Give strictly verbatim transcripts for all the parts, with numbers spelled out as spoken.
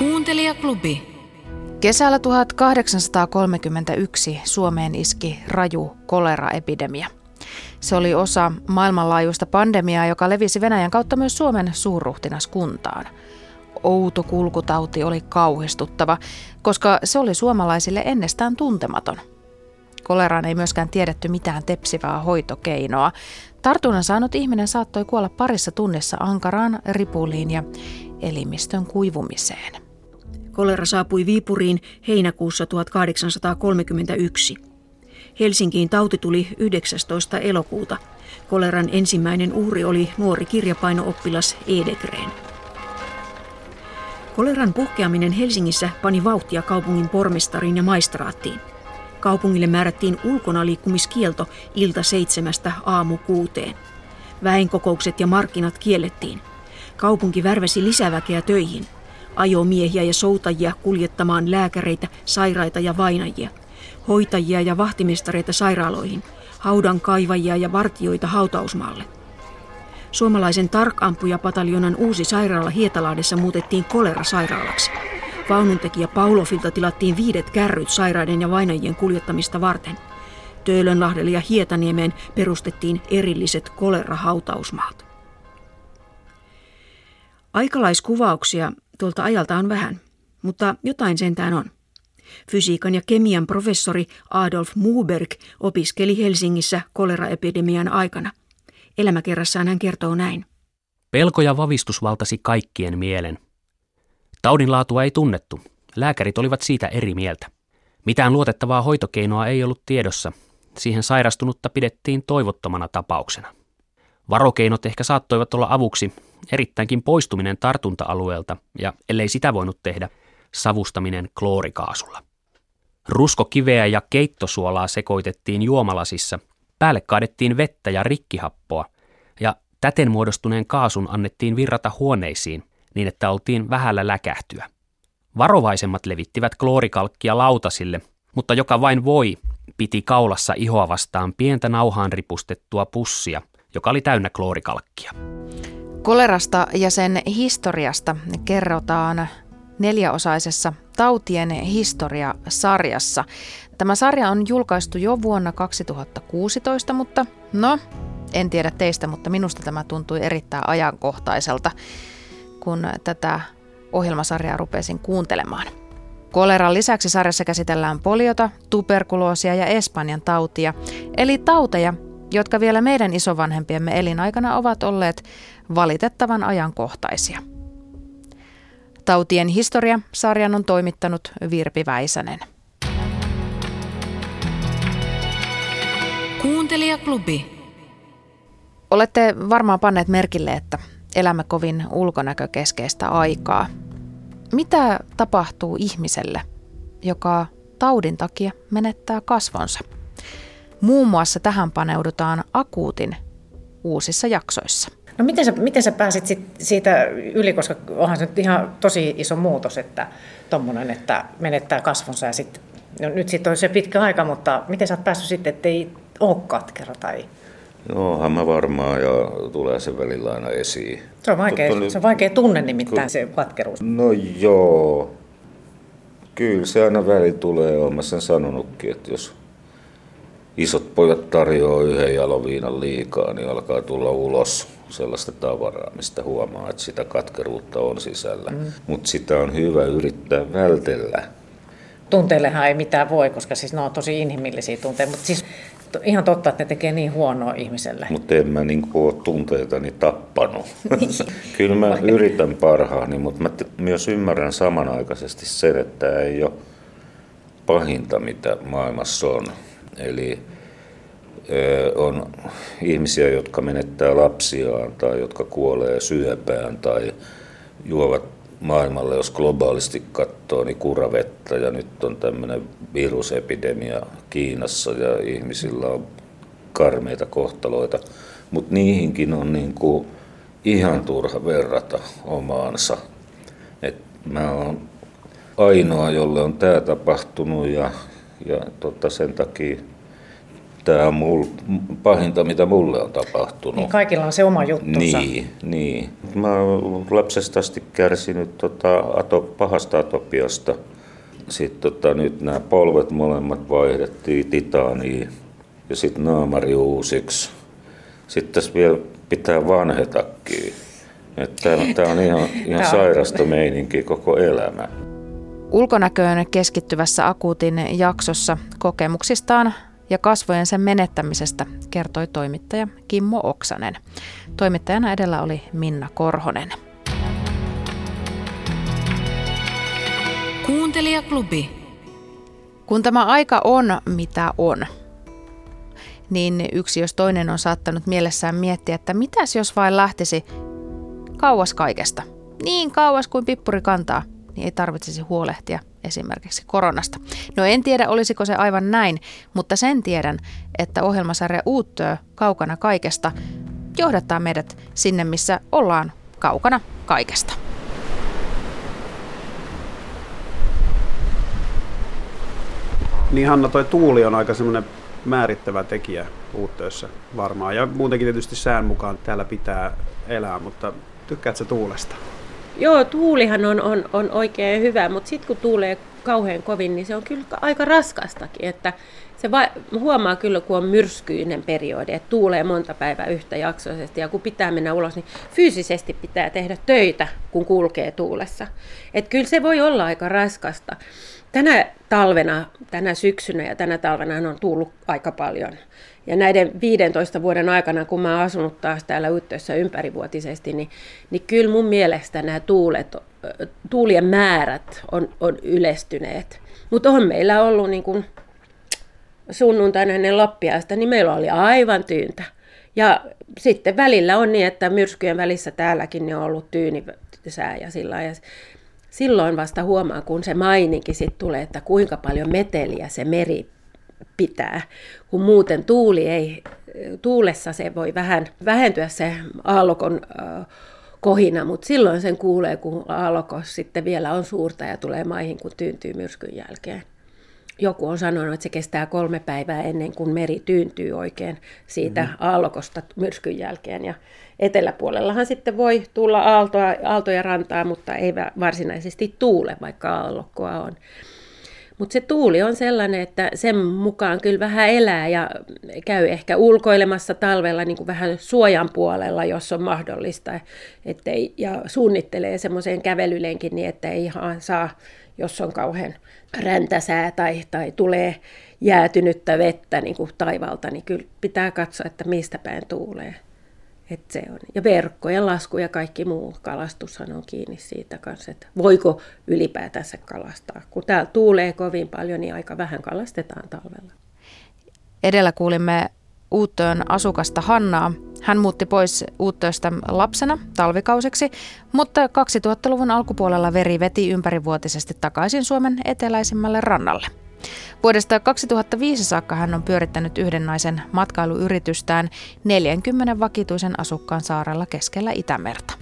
Kuuntelijaklubi. Kesällä tuhatkahdeksansataakolmekymmentäyksi Suomeen iski raju koleraepidemia. Se oli osa maailmanlaajuista pandemiaa, joka levisi Venäjän kautta myös Suomen suurruhtinaskuntaan. Outo kulkutauti oli kauhistuttava, koska se oli suomalaisille ennestään tuntematon. Koleraan ei myöskään tiedetty mitään tepsivää hoitokeinoa. Tartunnan saanut ihminen saattoi kuolla parissa tunnissa ankaraan ripuliin ja elimistön kuivumiseen. Kolera saapui Viipuriin heinäkuussa tuhatkahdeksansataakolmekymmentäyksi. Helsinkiin tauti tuli yhdeksästoista elokuuta. Koleran ensimmäinen uhri oli nuori kirjapaino-oppilas Edegren. Koleran puhkeaminen Helsingissä pani vauhtia kaupungin pormestariin ja maistraattiin. Kaupungille määrättiin ulkonaliikkumiskielto ilta seitsemästä aamu kuuteen. Väenkokoukset ja markkinat kiellettiin. Kaupunki värväsi lisäväkeä töihin. Ajomiehiä ja soutajia kuljettamaan lääkäreitä, sairaita ja vainajia. Hoitajia ja vahtimestareita sairaaloihin. Haudan kaivajia ja vartijoita hautausmaalle. Suomalaisen tarkampujapataljonan uusi sairaala Hietalahdessa muutettiin kolerasairaalaksi. Vaununtekijä Paulofilta tilattiin viidet kärryt sairaiden ja vainajien kuljettamista varten. Töölönlahdelle ja Hietaniemeen perustettiin erilliset kolerahautausmaat. Aikalaiskuvauksia tuolta ajalta on vähän, mutta jotain sentään on. Fysiikan ja kemian professori Adolf Muberg opiskeli Helsingissä koleraepidemian aikana. Elämäkerrassaan hän kertoo näin. Pelko ja vavistus valtasi kaikkien mielen. Taudin laatua ei tunnettu. Lääkärit olivat siitä eri mieltä. Mitään luotettavaa hoitokeinoa ei ollut tiedossa. Siihen sairastunutta pidettiin toivottomana tapauksena. Varokeinot ehkä saattoivat olla avuksi, erittäinkin poistuminen tartunta-alueelta ja ellei sitä voinut tehdä, savustaminen kloorikaasulla. Ruskokiveä ja keittosuolaa sekoitettiin juomalasissa, päälle kaadettiin vettä ja rikkihappoa ja täten muodostuneen kaasun annettiin virrata huoneisiin niin, että oltiin vähällä läkähtyä. Varovaisemmat levittivät kloorikalkkia lautasille, mutta joka vain voi piti kaulassa ihoa vastaan pientä nauhaan ripustettua pussia, joka oli täynnä kloorikalkkia. Kolerasta ja sen historiasta kerrotaan neljäosaisessa Tautien historia-sarjassa. Tämä sarja on julkaistu jo vuonna kaksituhattakuusitoista, mutta no, en tiedä teistä, mutta minusta tämä tuntui erittäin ajankohtaiselta, kun tätä ohjelmasarjaa rupesin kuuntelemaan. Koleran lisäksi sarjassa käsitellään poliota, tuberkuloosia ja Espanjan tautia, eli tauteja, jotka vielä meidän isovanhempiemme elinaikana ovat olleet valitettavan ajankohtaisia. Tautien historia-sarjan on toimittanut Virpi Väisänen. Kuuntelijaklubi. Olette varmaan panneet merkille, että elämme kovin ulkonäkökeskeistä aikaa. Mitä tapahtuu ihmiselle, joka taudin takia menettää kasvonsa? Muun muassa tähän paneudutaan Akuutin uusissa jaksoissa. No miten sä, miten sä pääsit sit siitä yli, koska onhan se nyt ihan tosi iso muutos, että tommonen, että menettää kasvonsa ja sitten, no nyt sitten on se pitkä aika, mutta miten sä oot päässyt sitten, ettei ole katkera tai... No onhan mä varmaan ja tulee se välillä aina esiin. Se on vaikea, Totta, se on vaikea tunne nimittäin se katkeruus. No joo, kyllä se aina välillä tulee, olen mä sen sanonutkin, että jos isot pojat tarjoaa yhden jaloviinan liikaa, niin alkaa tulla ulos sellaista tavaraa, mistä huomaa, että sitä katkeruutta on sisällä. Mm. Mutta sitä on hyvä yrittää vältellä. Tunteillehan ei mitään voi, koska siis ne on tosi inhimillisiä tunteita, mutta siis ihan totta, että ne tekee niin huonoa ihmiselle. Mutta en mä niinku ole tunteitani tappanut. Kyllä mä yritän parhaani, mutta mä myös ymmärrän samanaikaisesti sen, että ei ole pahinta, mitä maailmassa on. Eli on ihmisiä, jotka menettää lapsiaan tai jotka kuolee syöpään tai juovat maailmalle, jos globaalisti katsoo, niin kuravettä ja nyt on tämmöinen virusepidemia Kiinassa ja ihmisillä on karmeita kohtaloita, mutta niihinkin on niin kuin ihan turha verrata omaansa. Et mä oon ainoa, jolle on tämä tapahtunut ja, ja tota sen takia Tämä on mul, pahinta, mitä mulle on tapahtunut. Niin kaikilla on se oma juttunsa. Niin, niin. Mä oon lapsesta asti kärsinyt tota, ato, pahasta atopiasta. Sitten tota, nyt nämä polvet molemmat vaihdettiin titaaniin ja sitten naamari uusiksi. Sitten tässä vielä pitää vanhetakin. Tämä on ihan, ihan sairasta meininkiä koko elämä. Ulkonäköön keskittyvässä akuutin jaksossa kokemuksistaan ja kasvojensa menettämisestä kertoi toimittaja Kimmo Oksanen. Toimittajana edellä oli Minna Korhonen. Kuuntelijaklubi. Kun tämä aika on, mitä on, niin yksi jos toinen on saattanut mielessään miettiä, että mitäs jos vain lähtisi kauas kaikesta. Niin kauas kuin pippuri kantaa, niin ei tarvitsisi huolehtia esimerkiksi koronasta. No en tiedä, olisiko se aivan näin, mutta sen tiedän, että ohjelmasarja Uuttyö kaukana kaikesta johdattaa meidät sinne, missä ollaan kaukana kaikesta. Niin Hanna, toi tuuli on aika semmoinen määrittävä tekijä Uuttöössä varmaan. Ja muutenkin tietysti sään mukaan täällä pitää elää, mutta tykkäätkö sä tuulesta? Joo, tuulihan on, on, on oikein hyvä, mutta sitten kun tuulee kauhean kovin, niin se on kyllä aika raskastakin. Että se va- huomaa kyllä, kun on myrskyinen periodi, että tuulee monta päivää yhtäjaksoisesti ja kun pitää mennä ulos, niin fyysisesti pitää tehdä töitä, kun kulkee tuulessa. Että kyllä se voi olla aika raskasta. Tänä talvena, tänä syksynä ja tänä talvena on tullut aika paljon. Ja näiden viidentoista vuoden aikana, kun mä oon asunut taas täällä Uuttöössä ympärivuotisesti, niin, niin kyllä mun mielestä nämä tuulet, tuulien määrät on, on yleistyneet. Mutta on meillä ollut niin kuin sunnuntaina ennen loppiaista, niin meillä oli aivan tyyntä. Ja sitten välillä on niin, että myrskyjen välissä täälläkin niin on ollut tyynisää ja sillä lailla. Silloin vasta huomaa, kun se maininki sitten tulee, että kuinka paljon meteliä se meri pitää, kun muuten tuuli ei, tuulessa se voi vähän vähentyä se aallokon äh, kohina, mutta silloin sen kuulee, kun aallokos sitten vielä on suurta ja tulee maihin, kun tyyntyy myrskyn jälkeen. Joku on sanonut, että se kestää kolme päivää ennen kuin meri tyyntyy oikein siitä mm-hmm. aallokosta myrskyn jälkeen. Ja eteläpuolellahan sitten voi tulla aaltoa, aaltoja rantaa, mutta ei varsinaisesti tuule, vaikka aallokkoa on. Mutta se tuuli on sellainen, että sen mukaan kyllä vähän elää ja käy ehkä ulkoilemassa talvella niin kuin vähän suojan puolella, jos on mahdollista. Ettei, ja suunnittelee semmoiseen kävelylenkin niin, että ei ihan saa, jos on kauhean räntäsää tai, tai tulee jäätynyttä vettä niin kuin taivaalta, niin kyllä pitää katsoa, että mistä päin tuulee. Että se on. Ja verkkojen lasku ja kaikki muu kalastushan on kiinni siitä kanssa, että voiko ylipäätänsä kalastaa. Kun täällä tuulee kovin paljon, niin aika vähän kalastetaan talvella. Edellä kuulimme Uuttöön asukasta Hannaa. Hän muutti pois Uuttööstä lapsena talvikauseksi, mutta kaksituhattaluvun alkupuolella veri veti ympärivuotisesti takaisin Suomen eteläisimmälle rannalle. Vuodesta kaksituhattaviisi saakka hän on pyörittänyt yhden naisen matkailuyritystään neljänkymmenen vakituisen asukkaan saarella keskellä Itämerta.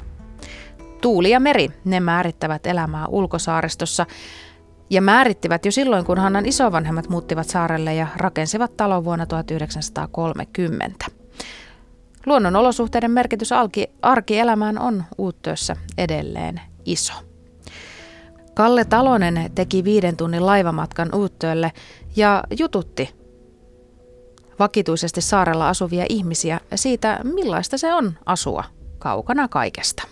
Tuuli ja meri, ne määrittävät elämää ulkosaaristossa ja määrittivät jo silloin, kun Hannan isovanhemmat muuttivat saarelle ja rakensivat talon vuonna tuhatyhdeksänsataakolmekymmentä. Luonnon olosuhteiden merkitys arkielämään on Uuttöössä edelleen iso. Kalle Talonen teki viiden tunnin laivamatkan Uuttöölle ja jututti vakituisesti saarella asuvia ihmisiä siitä, millaista se on asua kaukana kaikesta.